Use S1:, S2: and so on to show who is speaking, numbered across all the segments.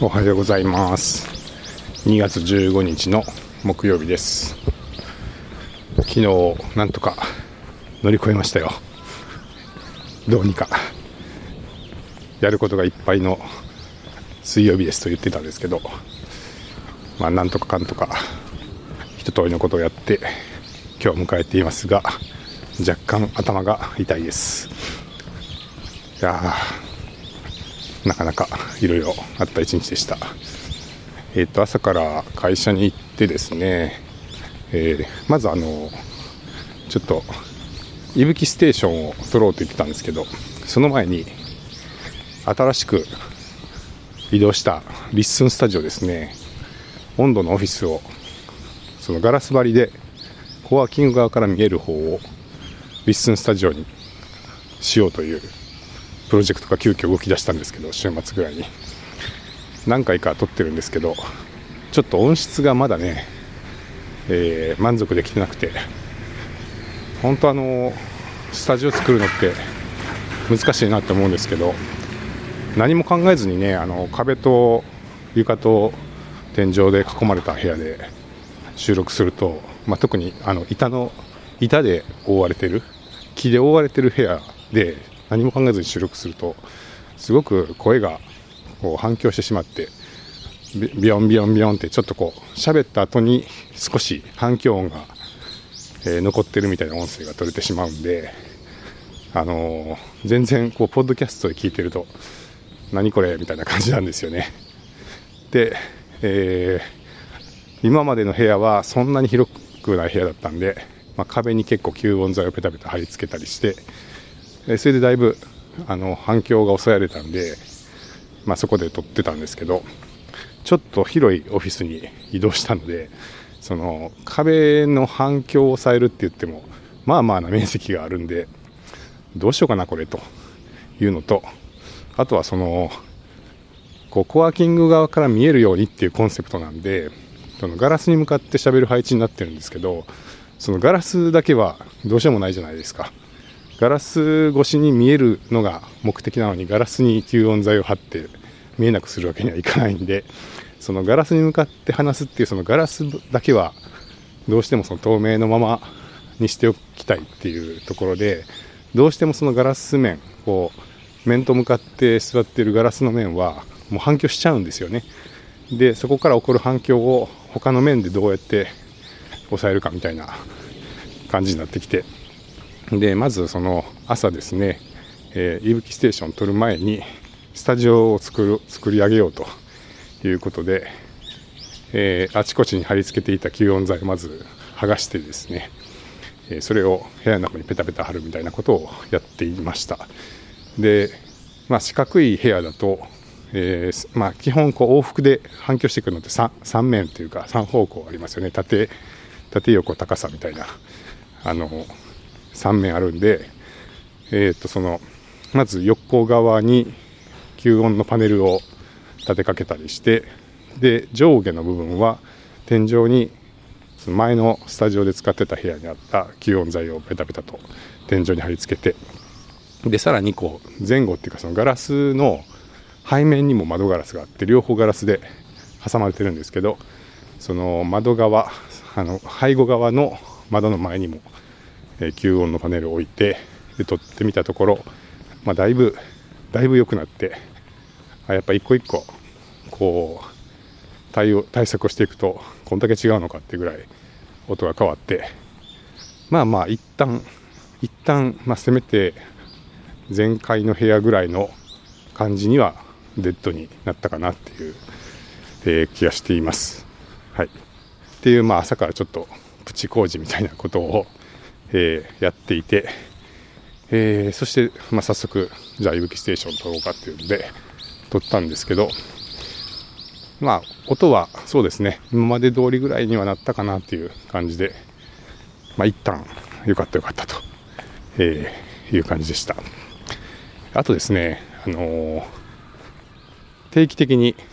S1: おはようございます。2月15日の木曜日です。昨日なんとか乗り越えましたよ。どうにかやることがいっぱいの水曜日ですと言ってたんですけど、なんとかかんとか一通りのことをやって今日を迎えていますが、若干頭が痛いです。いやなかなかいろいろあった一日でした。朝から会社に行ってですね、まずちょっといぶきステーションを撮ろうと言ってたんですけど、その前に新しく移動したリッスンスタジオですね、温度のオフィスをそのガラス張りでコワーキング側から見える方をリッスンスタジオにしようというプロジェクトが急遽動き出したんですけど、週末ぐらいに何回か撮ってるんですけど、ちょっと音質がまだね、満足できてなくて、本当スタジオ作るのって難しいなって思うんですけど、何も考えずにね、壁と床と天井で囲まれた部屋で収録すると、特に板で覆われてる、木で覆われてる部屋で何も考えずに収録すると、すごく声がこう反響してしまって、ビヨンビヨンビヨンってちょっとこう喋った後に少し反響音が、残ってるみたいな音声が取れてしまうんで、全然こうポッドキャストで聞いてると何これみたいな感じなんですよね。で、今までの部屋はそんなに広くない部屋だったんで、壁に結構吸音材をペタペタ貼り付けたりして、それでだいぶ反響が抑えられたんで、そこで撮ってたんですけど、ちょっと広いオフィスに移動したので、その壁の反響を抑えるって言ってもまあな面積があるんで、どうしようかなこれというのと、あとはそのコワーキング側から見えるようにっていうコンセプトなんで、そのガラスに向かって喋る配置になってるんですけど、そのガラスだけはどうしようもないじゃないですか。ガラス越しに見えるのが目的なのに、ガラスに吸音材を貼って見えなくするわけにはいかないんで、そのガラスに向かって話すっていうそのガラスだけはどうしてもその透明のままにしておきたいっていうところで、どうしてもそのガラス面、面と向かって座っているガラスの面はもう反響しちゃうんですよね。でそこから起こる反響を他の面でどうやって抑えるかみたいな感じになってきて、でまずその朝ですね、いぶきステーションを撮る前にスタジオを作り上げようということで、あちこちに貼り付けていた吸音材をまず剥がしてですね、それを部屋の中にペタペタ貼るみたいなことをやっていました。で、四角い部屋だと、基本往復で反響してくるのって 3面というか3方向ありますよね。縦横高さみたいな3面あるんで、まず横側に吸音のパネルを立てかけたりして、で上下の部分は天井に前のスタジオで使ってた部屋にあった吸音材をペタペタと天井に貼り付けて、でさらに前後っていうかそのガラスの背面にも窓ガラスがあって、両方ガラスで挟まれてるんですけど、その窓側背後側の窓の前にも吸音のパネルを置いて、で撮ってみたところ、だいぶ良くなって、やっぱ一個一個対策をしていくとこんだけ違うのかっていうぐらい音が変わって、一旦せめて前回の部屋ぐらいの感じにはデッドになったかなっていう、気がしています。はい。っていう朝からちょっとプチ工事みたいなことを、やっていて、そして、早速じゃあいぶきステーション撮ろうかっていうので撮ったんですけど、音はそうですね、今まで通りぐらいにはなったかなっていう感じで、一旦よかったと、いう感じでした。あとですね、定期的に、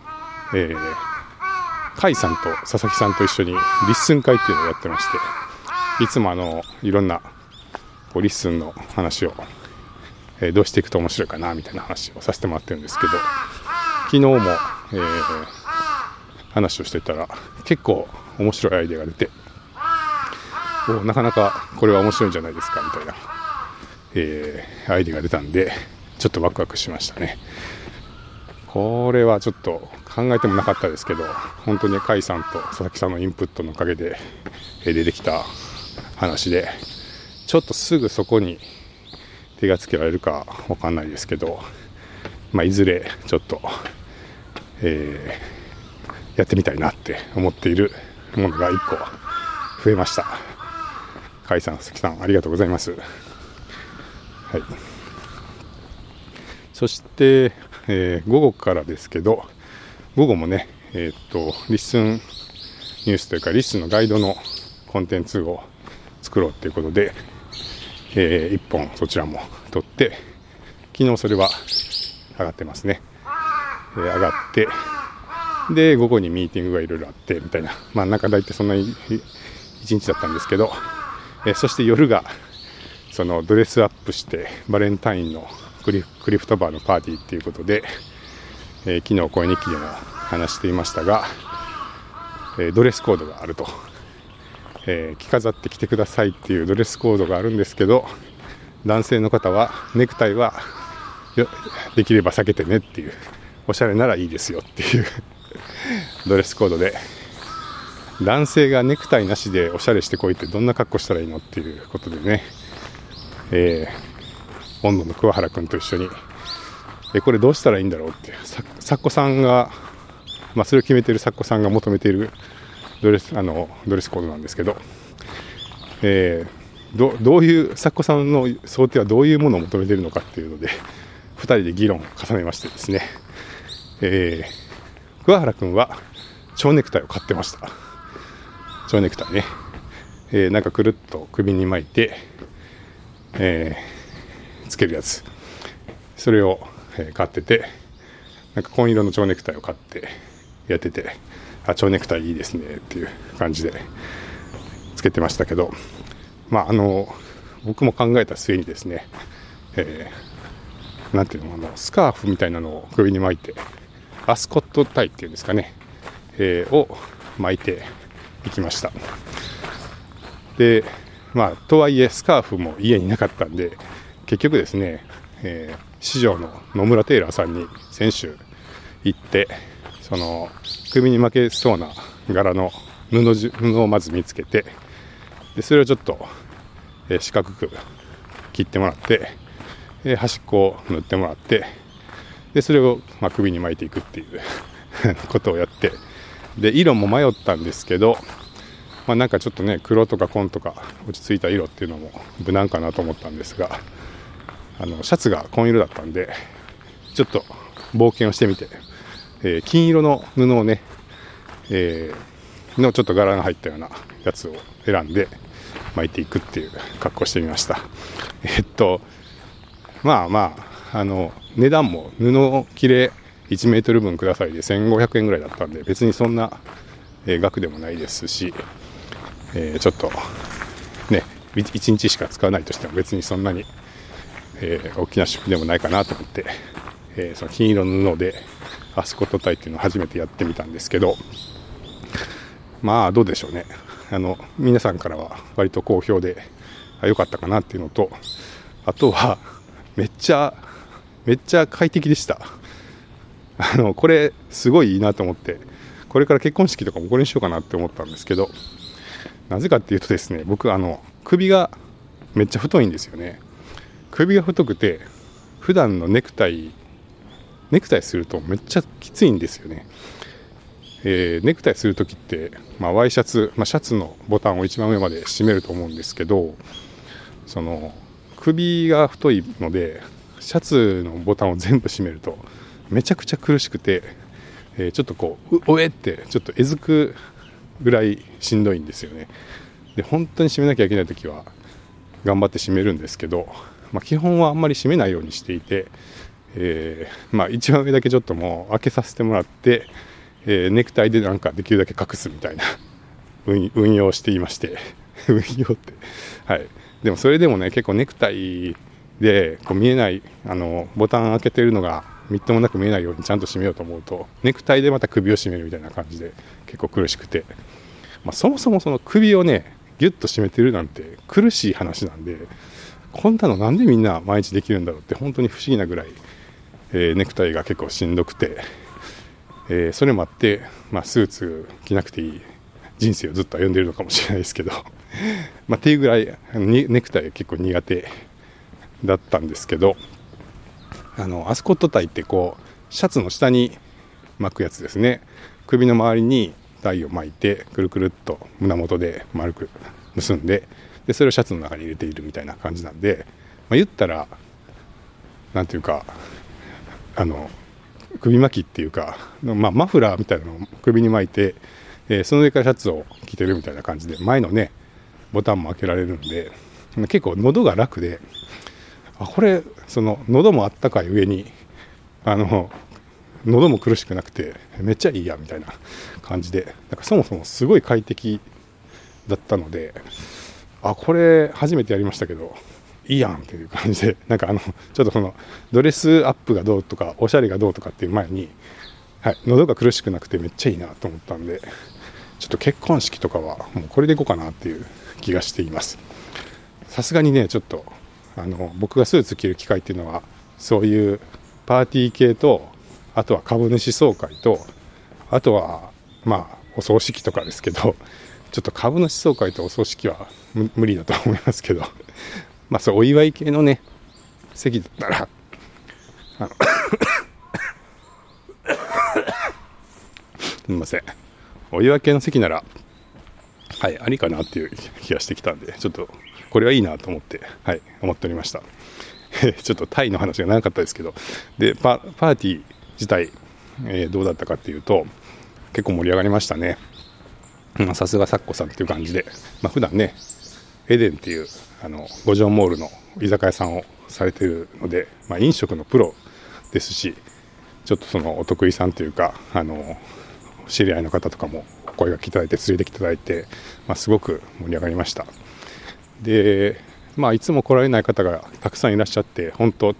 S1: 甲斐さんと佐々木さんと一緒にリッスン会っていうのをやってまして、いつもいろんなリッスンの話を、どうしていくと面白いかなみたいな話をさせてもらってるんですけど、昨日も、 話をしてたら結構面白いアイデアが出て、なかなかこれは面白いんじゃないですかみたいな、アイデアが出たんでちょっとワクワクしましたね。これはちょっと考えてもなかったですけど、本当に甲斐さんと佐々木さんのインプットのおかげで出てきた話で、ちょっとすぐそこに手がつけられるかわかんないですけど、いずれちょっと、やってみたいなって思っているものが1個増えました。甲斐さん、佐々木さん、ありがとうございます。はい。そして、午後からですけど、午後もね、リッスンニュースというかリッスンのガイドのコンテンツを作ろうということで、1本そちらも撮って、昨日それは上がってますね。上がって、で午後にミーティングがいろいろあってみたいな、なんか大体そんな一日だったんですけど、そして夜がそのドレスアップしてバレンタインのクリフトバーのパーティーっていうことで、昨日声日記でも話していましたが、ドレスコードがあると、着飾ってきてくださいっていうドレスコードがあるんですけど、男性の方はネクタイはできれば避けてねっていう、おしゃれならいいですよっていうドレスコードで、男性がネクタイなしでおしゃれしてこいってどんな格好したらいいのっていうことでね、温度の桑原くんと一緒にこれどうしたらいいんだろうって作家さんが、それを決めている作家さんが求めているドレスコードなんですけど、どういう作家さんの想定はどういうものを求めているのかっていうので2人で議論を重ねましてですね、桑原くんは蝶ネクタイを買ってました。蝶ネクタイね、なんかくるっと首に巻いて、つけるやつ、それを、買ってて、なんか紺色の蝶ネクタイを買ってやってて、蝶ネクタイいいですねっていう感じでつけてましたけど、僕も考えた末にですね、なんていうの、スカーフみたいなのを首に巻いて、アスコットタイっていうんですかね、を巻いていきました。で、とはいえスカーフも家になかったんで、結局ですね、四条の野村テイラーさんに先週行って、その首に巻けそうな柄の布をまず見つけて、でそれをちょっと、四角く切ってもらって、端っこを塗ってもらって、でそれを首に巻いていくっていうことをやって、で色も迷ったんですけど、なんかちょっとね、黒とか紺とか落ち着いた色っていうのも無難かなと思ったんですが、シャツが紺色だったんでちょっと冒険をしてみて、金色の布をね、のちょっと柄が入ったようなやつを選んで巻いていくっていう格好してみました。値段も布切れ1メートル分くださいで1500円ぐらいだったんで、別にそんな額でもないですし、ちょっとね、1日しか使わないとしても別にそんなに、大きな出費でもないかなと思って、その金色の布でアスコットタイっていうのを初めてやってみたんですけど、どうでしょうね。皆さんからは割と好評で良かったかなっていうのと、あとはめっちゃ快適でした。これすごいいいなと思って、これから結婚式とかもこれにしようかなって思ったんですけど、なぜかっていうとですね、僕首がめっちゃ太いんですよね。首が太くて、普段のネクタイするとめっちゃきついんですよね。ネクタイするときって、ワイシャツ、シャツのボタンを一番上まで締めると思うんですけど、その首が太いのでシャツのボタンを全部締めるとめちゃくちゃ苦しくて、ちょっとこうおえってちょっとえずくぐらいしんどいんですよね。で本当に締めなきゃいけないときは頑張って締めるんですけど、基本はあんまり締めないようにしていて、一番上だけちょっともう開けさせてもらって、ネクタイでなんかできるだけ隠すみたいな運用していまして運用って、はい。でもそれでもね、結構ネクタイでこう見えないボタン開けてるのがみっともなく見えないようにちゃんと締めようと思うと、ネクタイでまた首を締めるみたいな感じで結構苦しくて、そもそもその首をねギュッと締めてるなんて苦しい話なんで、こんなのなんでみんな毎日できるんだろうって本当に不思議なぐらい、ネクタイが結構しんどくて、それもあって、スーツ着なくていい人生をずっと歩んでるのかもしれないですけどっていうぐらいネクタイ結構苦手だったんですけど、アスコットタイってこうシャツの下に巻くやつですね。首の周りにタイを巻いてくるくるっと胸元で丸く結んで、それをシャツの中に入れているみたいな感じなんで、言ったらなんていうか首巻きっていうか、マフラーみたいなのを首に巻いて、その上からシャツを着てるみたいな感じで、前のねボタンも開けられるんで結構喉が楽で、これその喉もあったかい上に喉も苦しくなくてめっちゃいいやみたいな感じで、そもそもすごい快適だったので、これ初めてやりましたけどいいやんっていう感じで、ちょっとそのドレスアップがどうとかおしゃれがどうとかっていう前に、喉が苦しくなくてめっちゃいいなと思ったんで、ちょっと結婚式とかはもうこれでいこうかなっていう気がしています。さすがにねちょっと僕がスーツ着る機会っていうのはそういうパーティー系と、あとは株主総会と、あとはお葬式とかですけど、ちょっと株主総会とお葬式は無理だと思いますけどそうお祝い系のね席だったらすみません、お祝い系の席ならありかなっていう気がしてきたんで、ちょっとこれはいいなと思って思っておりましたちょっとタイの話が長かったですけど、でパーティー自体、どうだったかっていうと結構盛り上がりましたね。さすがサッコさんっていう感じで、普段ねエデンっていう五条モールの居酒屋さんをされているので、飲食のプロですし、ちょっとそのお得意さんというか知り合いの方とかもお声がけいただいて連れてきていただいて、すごく盛り上がりました。でいつも来られない方がたくさんいらっしゃって、本当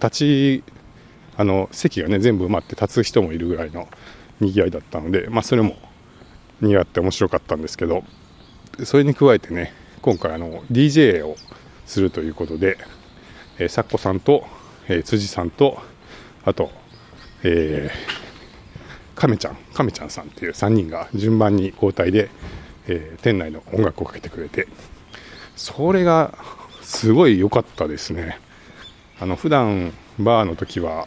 S1: 席がね全部埋まって立つ人もいるぐらいの賑わいだったので、それも賑わって面白かったんですけど、それに加えてね今回DJ をするということで、サッコさんと、辻さんと、あと、亀ちゃんさんっていう3人が順番に交代で、店内の音楽をかけてくれて、それがすごい良かったですね。普段バーの時は、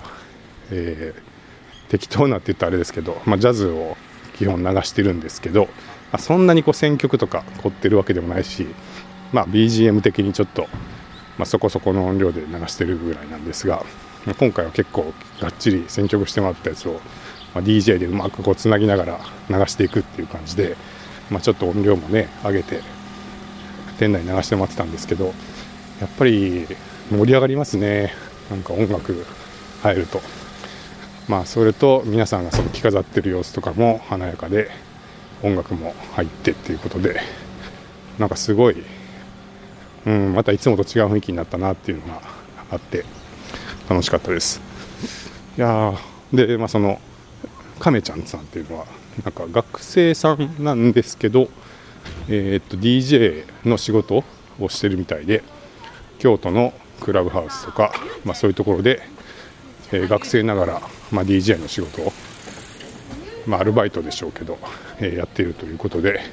S1: 適当なって言ったらあれですけど、ジャズを基本流してるんですけど、そんなに選曲とか凝ってるわけでもないし、BGM 的にちょっと、そこそこの音量で流してるぐらいなんですが、今回は結構がっちり選曲してもらったやつを、DJ でうまくつなぎながら流していくっていう感じで、ちょっと音量もね上げて店内に流してもらってたんですけど、やっぱり盛り上がりますね。音楽入ると、それと皆さんがその着飾ってる様子とかも華やかで、音楽も入ってっていうことで、すごい、またいつもと違う雰囲気になったなっていうのがあって楽しかったです。いやで、その亀ちゃんさんっていうのは学生さんなんですけど、DJ の仕事をしてるみたいで、京都のクラブハウスとか、そういうところで、学生ながら、DJ の仕事を、アルバイトでしょうけど、やっているということで、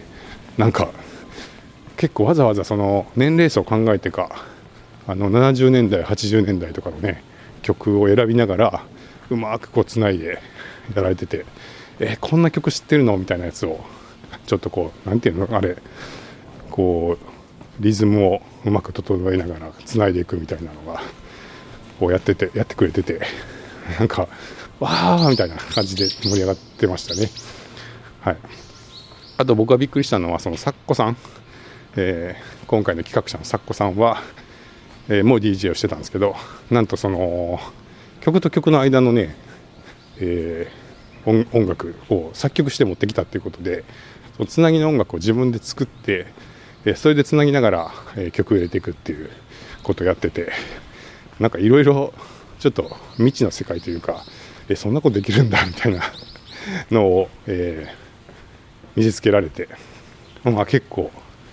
S1: 結構わざわざその年齢層を考えてか70年代80年代とかのね曲を選びながらうまくつないでやられてて、こんな曲知ってるのみたいなやつをちょっとなんていうのあれリズムをうまく整えながらつないでいくみたいなのがやってくれてて、わーみたいな感じで盛り上がってましたね。あと僕がびっくりしたのはそのサッコさん、今回の企画者のサッコさんは、もう DJ をしてたんですけど、なんとその曲と曲の間のね、音楽を作曲して持ってきたということで、そのつなぎの音楽を自分で作って、それでつなぎながら、曲を入れていくっていうことをやってて、いろいろちょっと未知の世界というか、 そんなことできるんだみたいなのを、見せつけられて、結構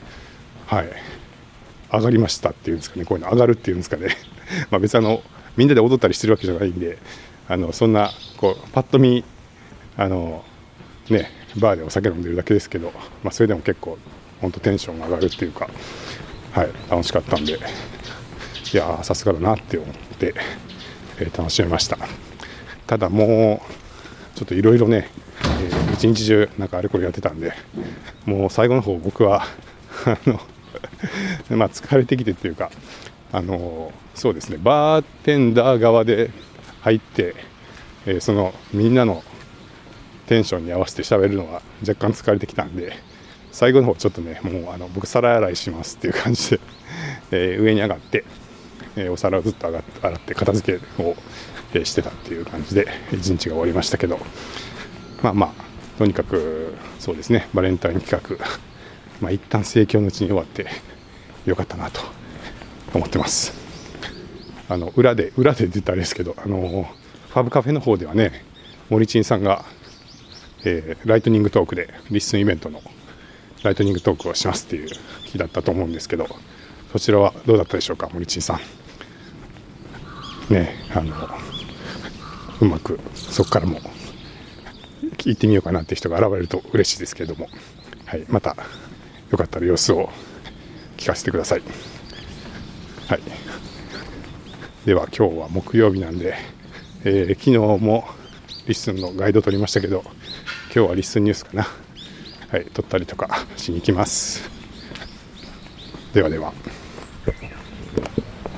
S1: 上がりましたっていうんですかね、こういうの上がるっていうんですかね別にみんなで踊ったりしてるわけじゃないんで、そんなこうパッと見バーでお酒飲んでるだけですけど、それでも結構本当テンションが上がるっていうか、楽しかったんで、いやさすがだなって思って、楽しめました。ただもうちょっといろいろね、一日中なんかあれこれやってたんで、もう最後の方僕は疲れてきてっていうか、そうですね、バーテンダー側で入って、そのみんなのテンションに合わせて喋るのは若干疲れてきたんで、最後の方ちょっとね、もう僕皿洗いしますっていう感じで、上に上がって、お皿をずっと洗って片付けを、してたっていう感じで一日が終わりましたけど、とにかくそうですね、バレンタイン企画、一旦盛況のうちに終わってよかったなと思ってます。裏で出たあれですけど、ファブカフェの方ではね、森珍さんが、ライトニングトークでリッスンイベントのライトニングトークをしますっていう日だったと思うんですけど、そちらはどうだったでしょうか、森珍さんね。うまくそこからも聞いてみようかなって人が現れると嬉しいですけれども、またよかったら様子を聞かせてください。では今日は木曜日なんで、昨日もリッスンのガイド取りましたけど、今日はリッスンニュースかな、撮ったりとかしに行きます。ではでは。